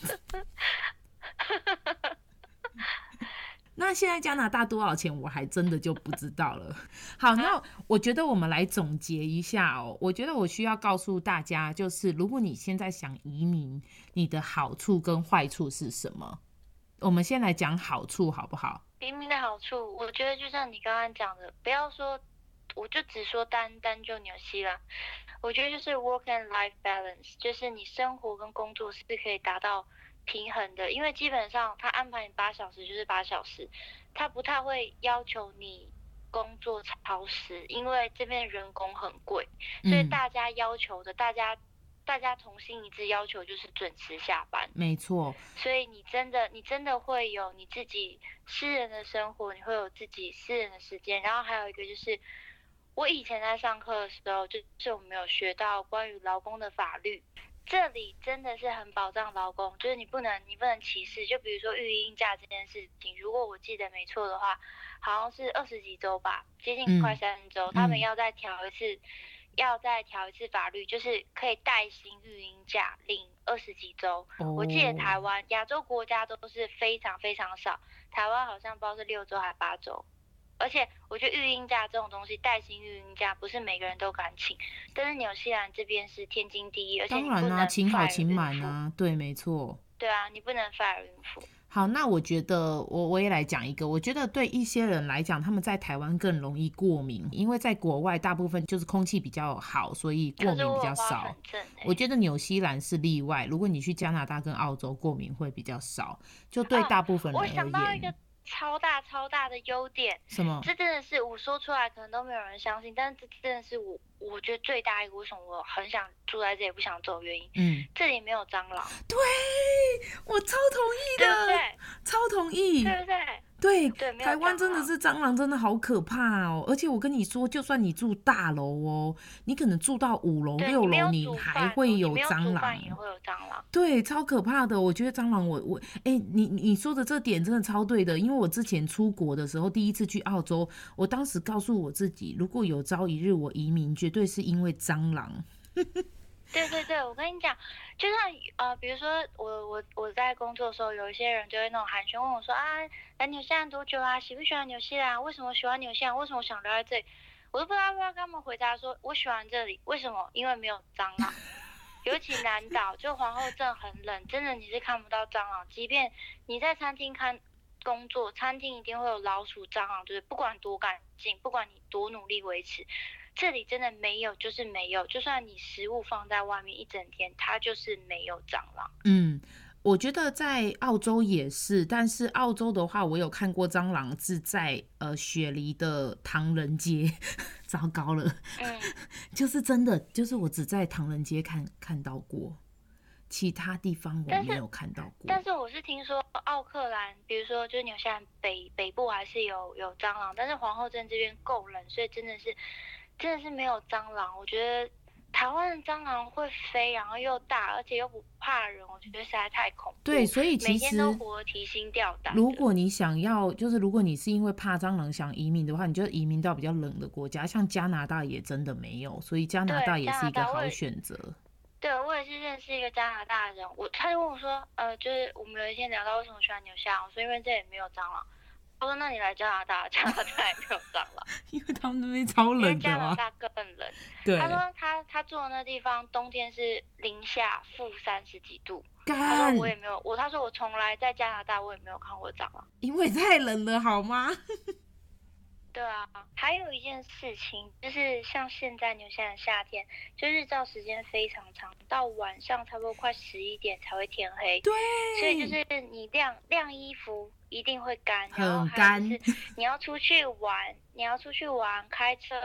那现在加拿大多少钱，我还真的就不知道了。好，那我觉得我们来总结一下哦。我觉得我需要告诉大家，就是如果你现在想移民，你的好处跟坏处是什么？我们先来讲好处好不好？ 移民的好处，我觉得就像你刚刚讲的，不要说，我就只说单单就纽西兰，我觉得就是 work and life balance， 就是你生活跟工作是可以达到平衡的，因为基本上他安排你八小时就是八小时，他不太会要求你工作超时，因为这边人工很贵，所以大家要求的，嗯、大家大家同心一致要求就是准时下班， 没错。 所以你真的你真的会有你自己私人的生活，你会有自己私人的时间，然后还有一个就是。我以前在上课的时候，就是我们有学到关于劳工的法律，这里真的是很保障劳工，就是你不能你不能歧视。就比如说育婴假这件事情，如果我记得没错的话，好像是二十几周吧，接近快三十周，嗯、他们要再调一次，嗯、要再调一次法律，就是可以带薪育婴假领二十几周。哦、我记得台湾亚洲国家都是非常非常少，台湾好像不知道是六周还是八周。而且我觉得育婴假这种东西，带薪育婴假不是每个人都敢请，但是纽西兰这边是天经地义，而且你不能当然啊，请好请满啊，对，没错。 对啊，你不能 fire 孕妇。 好，那我觉得我我也来讲一个，我觉得对一些人来讲，他们在台湾更容易过敏，因为在国外大部分就是空气比较好，所以过敏比较少。 欸、 我觉得纽西兰是例外，如果你去加拿大跟澳洲，过敏会比较少，就对大部分人而言。 哦、我想到一个超大超大的优点， 什么？ 这真的是我说出来可能都没有人相信，但是这真的是我我觉得最大一个为什么我很想住在这里不想走的原因。嗯，这里没有蟑螂。 对，我超同意的， 对不对？ 超同意， 对不对？ 对， 对， 台湾真的是蟑螂真的好可怕哦！而且我跟你说，就算你住大楼哦，你可能住到五楼、六楼，你还会有蟑螂， 也会有蟑螂。 对，超可怕的。我觉得蟑螂我，我我哎，你你说的这点真的超对的，因为我之前出国的时候，第一次去澳洲，我当时告诉我自己，如果有朝一日我移民，绝对是因为蟑螂。 对对对，我跟你讲，就像呃，比如说我我我在工作的时候，有一些人就会那种寒暄问我说啊，来纽西兰多久啊？喜不喜欢纽西兰？为什么喜欢纽西兰？为什么想留在这里？我都不知道要不要跟他们回答说，我喜欢这里，为什么？因为没有蟑螂。尤其南岛，就皇后镇很冷，真的你是看不到蟑螂。即便你在餐厅看工作，餐厅一定会有老鼠、蟑螂，就是不管多干净，不管你多努力维持。这里真的没有，就是没有。就算你食物放在外面一整天，它就是没有蟑螂。 嗯，我觉得在澳洲也是，但是澳洲的话，我有看过蟑螂是在呃雪梨的唐人街，糟糕了，嗯，就是真的，就是我只在唐人街看看到过，其他地方我没有看到过。 但是我是听说奥克兰，比如说就是纽西兰北北部还是有有蟑螂，但是皇后镇这边够冷，所以真的是。真的是没有蟑螂，我觉得台湾的蟑螂会飞，然后又大，而且又不怕人，我觉得实在太恐怖。 对，所以其实每天都活提心吊胆。 如果你想要，就是如果你是因为怕蟑螂想移民的话，你就移民到比较冷的国家，像加拿大也真的没有，所以加拿大也是一个好选择。 对，我也是认识一个加拿大人，我他就问我说，呃，就是我们有一天聊到为什么喜欢纽西兰，我说因为这里没有蟑螂。他说：“那你来加拿大，加拿大也没有蟑螂， 因为他们那边超冷的、啊、 因为加拿大更冷。 对， 他说他他住的那地方冬天是零下负三十几度。 他说我也没有，我他说我从来在加拿大我也没有看过蟑螂， 因为太冷了，好吗？ 对啊，还有一件事情就是像现在纽西兰夏天，就日照时间非常长，到晚上差不多快十一点才会天黑。 对， 所以就是你晾晾衣服。”一定会干， 很干。 你要出去玩，你要出去玩，开车，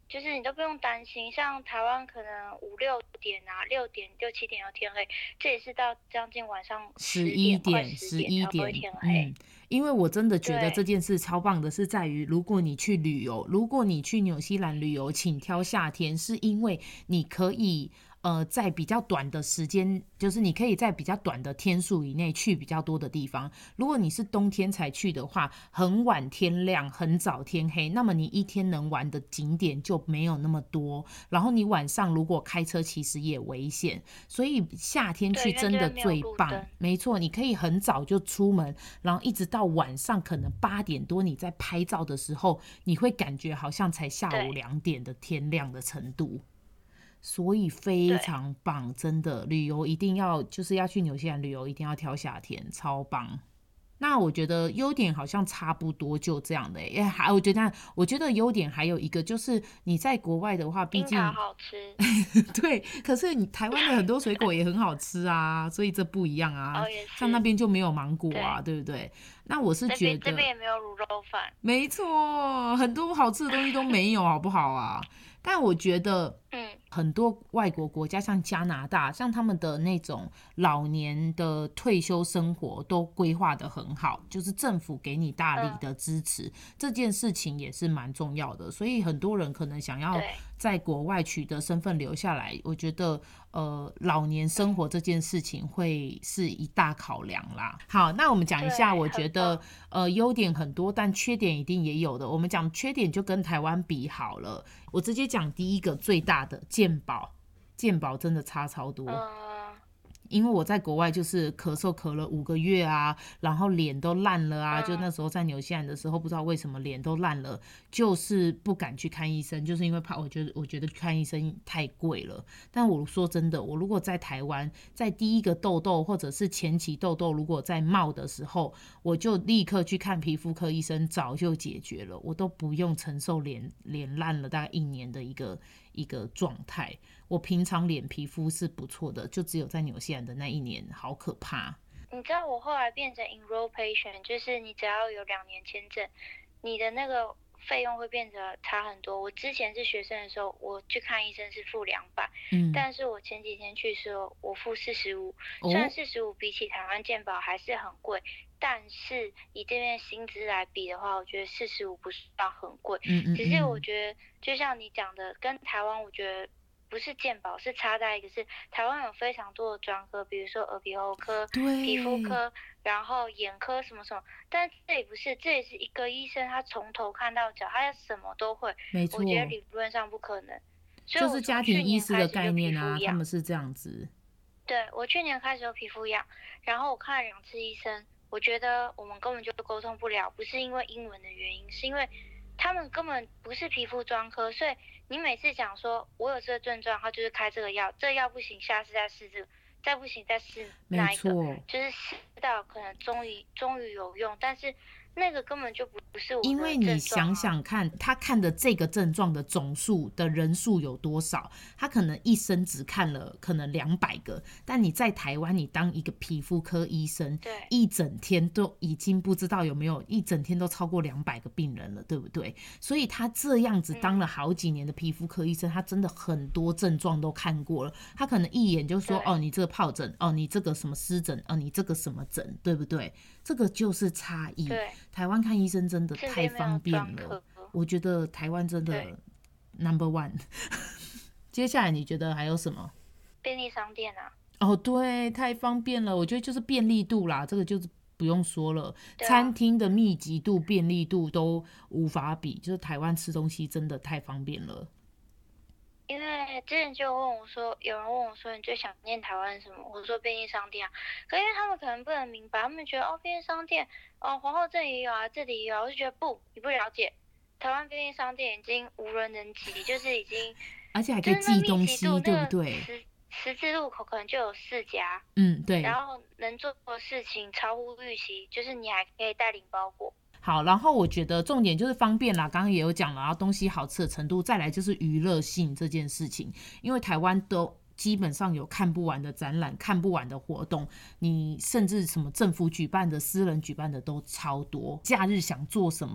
就是你都不用担心，像台湾可能五六点啊，六点六七点要天黑，这也是到将近晚上十一点、 快十十点才会天黑。 嗯，因为我真的觉得对这件事超棒的，是在于如果你去旅游，如果你去纽西兰旅游，请挑夏天，是因为你可以。呃，在比较短的时间，就是你可以在比较短的天数以内去比较多的地方。如果你是冬天才去的话，很晚天亮，很早天黑，那么你一天能玩的景点就没有那么多。然后你晚上如果开车，其实也危险。所以夏天去真的最棒，没错，你可以很早就出门，然后一直到晚上可能八点多，你在拍照的时候，你会感觉好像才下午两点的天亮的程度。所以非常棒，真的旅游一定要就是要去纽西兰旅游，一定要挑夏天，超棒。那我觉得优点好像差不多就这样的、欸，哎，还我觉得我觉得优点还有一个就是你在国外的话，毕竟樱桃好吃， 对，可是你台湾的很多水果也很好吃啊，所以这不一样啊。 哦、 像那边就没有芒果啊， 对, 对不对？那我是觉得这边也没有卤肉饭， 没错，很多好吃的东西都没有，好不好啊？但我觉得， 嗯， 很多外国国家，像加拿大，像他们的那种老年的退休生活都规划得很好，就是政府给你大力的支持，嗯、这件事情也是蛮重要的。所以很多人可能想要在国外取得身份留下来，我觉得，呃，老年生活这件事情会是一大考量啦。好，那我们讲一下，我觉得，呃，优点很多，但缺点一定也有的。我们讲缺点就跟台湾比好了。我直接讲第一个最大的健保，健保真的差超多。 嗯， 因为我在国外就是咳嗽咳了五个月啊，然后脸都烂了啊，就那时候在纽西兰的时候，不知道为什么脸都烂了，就是不敢去看医生，就是因为怕我觉得我觉得看医生太贵了。但我说真的，我如果在台湾，在第一个痘痘或者是前期痘痘如果在冒的时候，我就立刻去看皮肤科医生，早就解决了，我都不用承受脸脸烂了大概一年的一个一个状态。我平常脸皮肤是不错的，就只有在纽西兰的那一年好可怕。 你知道我后来变成 enroll patient， 就是你只要有两年签证，你的那个费用会变得差很多。我之前是学生的时候，我去看医生是付两百，嗯，但是我前几天去的时候，我付四十五。虽然四十五比起台湾健保还是很贵，但是以这边薪资来比的话，我觉得四十五不是到很贵。嗯嗯嗯。只是我觉得，就像你讲的，跟台湾，我觉得。不是健保，是差在一个是台湾有非常多的专科，比如说耳鼻喉科、皮肤科，然后眼科什么什么，但这里不是，这里是一个医生，他从头看到脚，他什么都会。没错，我觉得理论上不可能。所以我就是家庭医师的概念啊，他们是这样子。 对，我去年开始有皮肤痒，然后我看了两次医生，我觉得我们根本就沟通不了，不是因为英文的原因，是因为他们根本不是皮肤专科，所以你每次讲说我有这个症状，他就是开这个药，这个药不行，下次再试这个，再不行再试哪一个，就是试到可能终于终于有用，但是那个根本就不是我的症状啊。 因为你想想看，他看的这个症状的总数的人数有多少？他可能一生只看了可能两百个，但你在台湾，你当一个皮肤科医生，对，一整天都已经不知道有没有一整天都超过两百个病人了，对不对？所以他这样子当了好几年的皮肤科医生，嗯、他真的很多症状都看过了。他可能一眼就说：“哦，你这个疱疹，哦，你这个什么湿疹，哦，你这个什么疹，对不对？”这个就是差异。对。台湾看医生真的太方便了，我觉得台湾真的 number one。接下来你觉得还有什么？ 便利商店啊。 哦，对，太方便了，我觉得就是便利度啦，这个就是不用说了，啊、餐厅的密集度、便利度都无法比，就是台湾吃东西真的太方便了。 因为之前就问我说，有人问我说你最想念台湾什么？我说便利商店啊。可因为他们可能不能明白，他们觉得哦便利商店哦皇后镇也有啊，这里也有啊，我就觉得不，你不了解，台湾便利商店已经无人能及，就是已经， 而且还可以寄东西，对不对？ 十十字路口可能就有四家， 嗯对， 然后能做的事情超乎预期，就是你还可以带领包裹。 好，然后我觉得重点就是方便啦，刚刚也有讲了，然后东西好吃的程度，再来就是娱乐性这件事情，因为台湾都基本上有看不完的展览，看不完的活动，你甚至什么政府举办的、私人举办的都超多，假日想做什么，你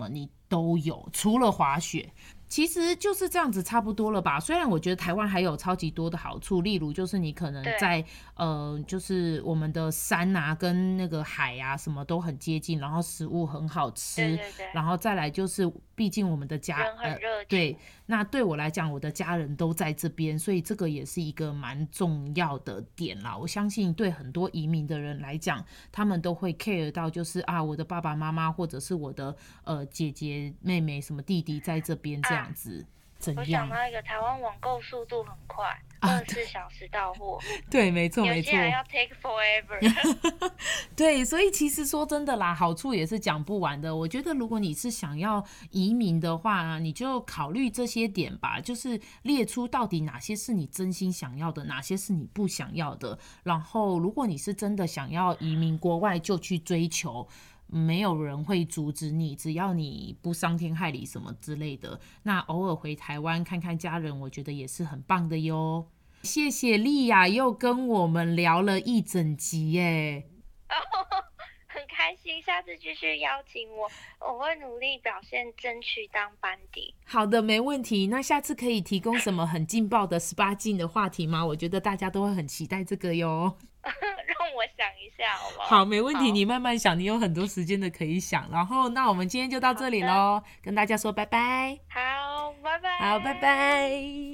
都有，除了滑雪。其实就是这样子差不多了吧。虽然我觉得台湾还有超级多的好处，例如就是你可能在呃，就是我们的山啊跟那个海啊什么都很接近，然后食物很好吃， 对对对， 然后再来就是毕竟我们的家人很热情、 呃、对，那对我来讲我的家人都在这边，所以这个也是一个蛮重要的点啦。我相信对很多移民的人来讲，他们都会 care 到就是啊，我的爸爸妈妈或者是我的呃姐姐妹妹什么弟弟在这边这样、啊这样子怎样？ 我想到一个，台湾网购速度很快，二十四小时到货。 对，没错没错。 有些人要 take forever 。 对，所以其实说真的啦，好处也是讲不完的。我觉得如果你是想要移民的话，你就考虑这些点吧，就是列出到底哪些是你真心想要的，哪些是你不想要的。然后，如果你是真的想要移民国外，就去追求。没有人会阻止你，只要你不伤天害理什么之类的。那偶尔回台湾看看家人，我觉得也是很棒的哟。谢谢莉亚又跟我们聊了一整集耶。 很开心，下次继续邀请我，我会努力表现，争取当班底。 好的，没问题。那下次可以提供什么很劲爆的十八禁的话题吗？我觉得大家都会很期待这个哟。 让我想一下好不好？ 好，没问题，你慢慢想，你有很多时间的可以想。然后，那我们今天就到这里咯，跟大家说拜拜。 好，拜拜。 好，拜拜。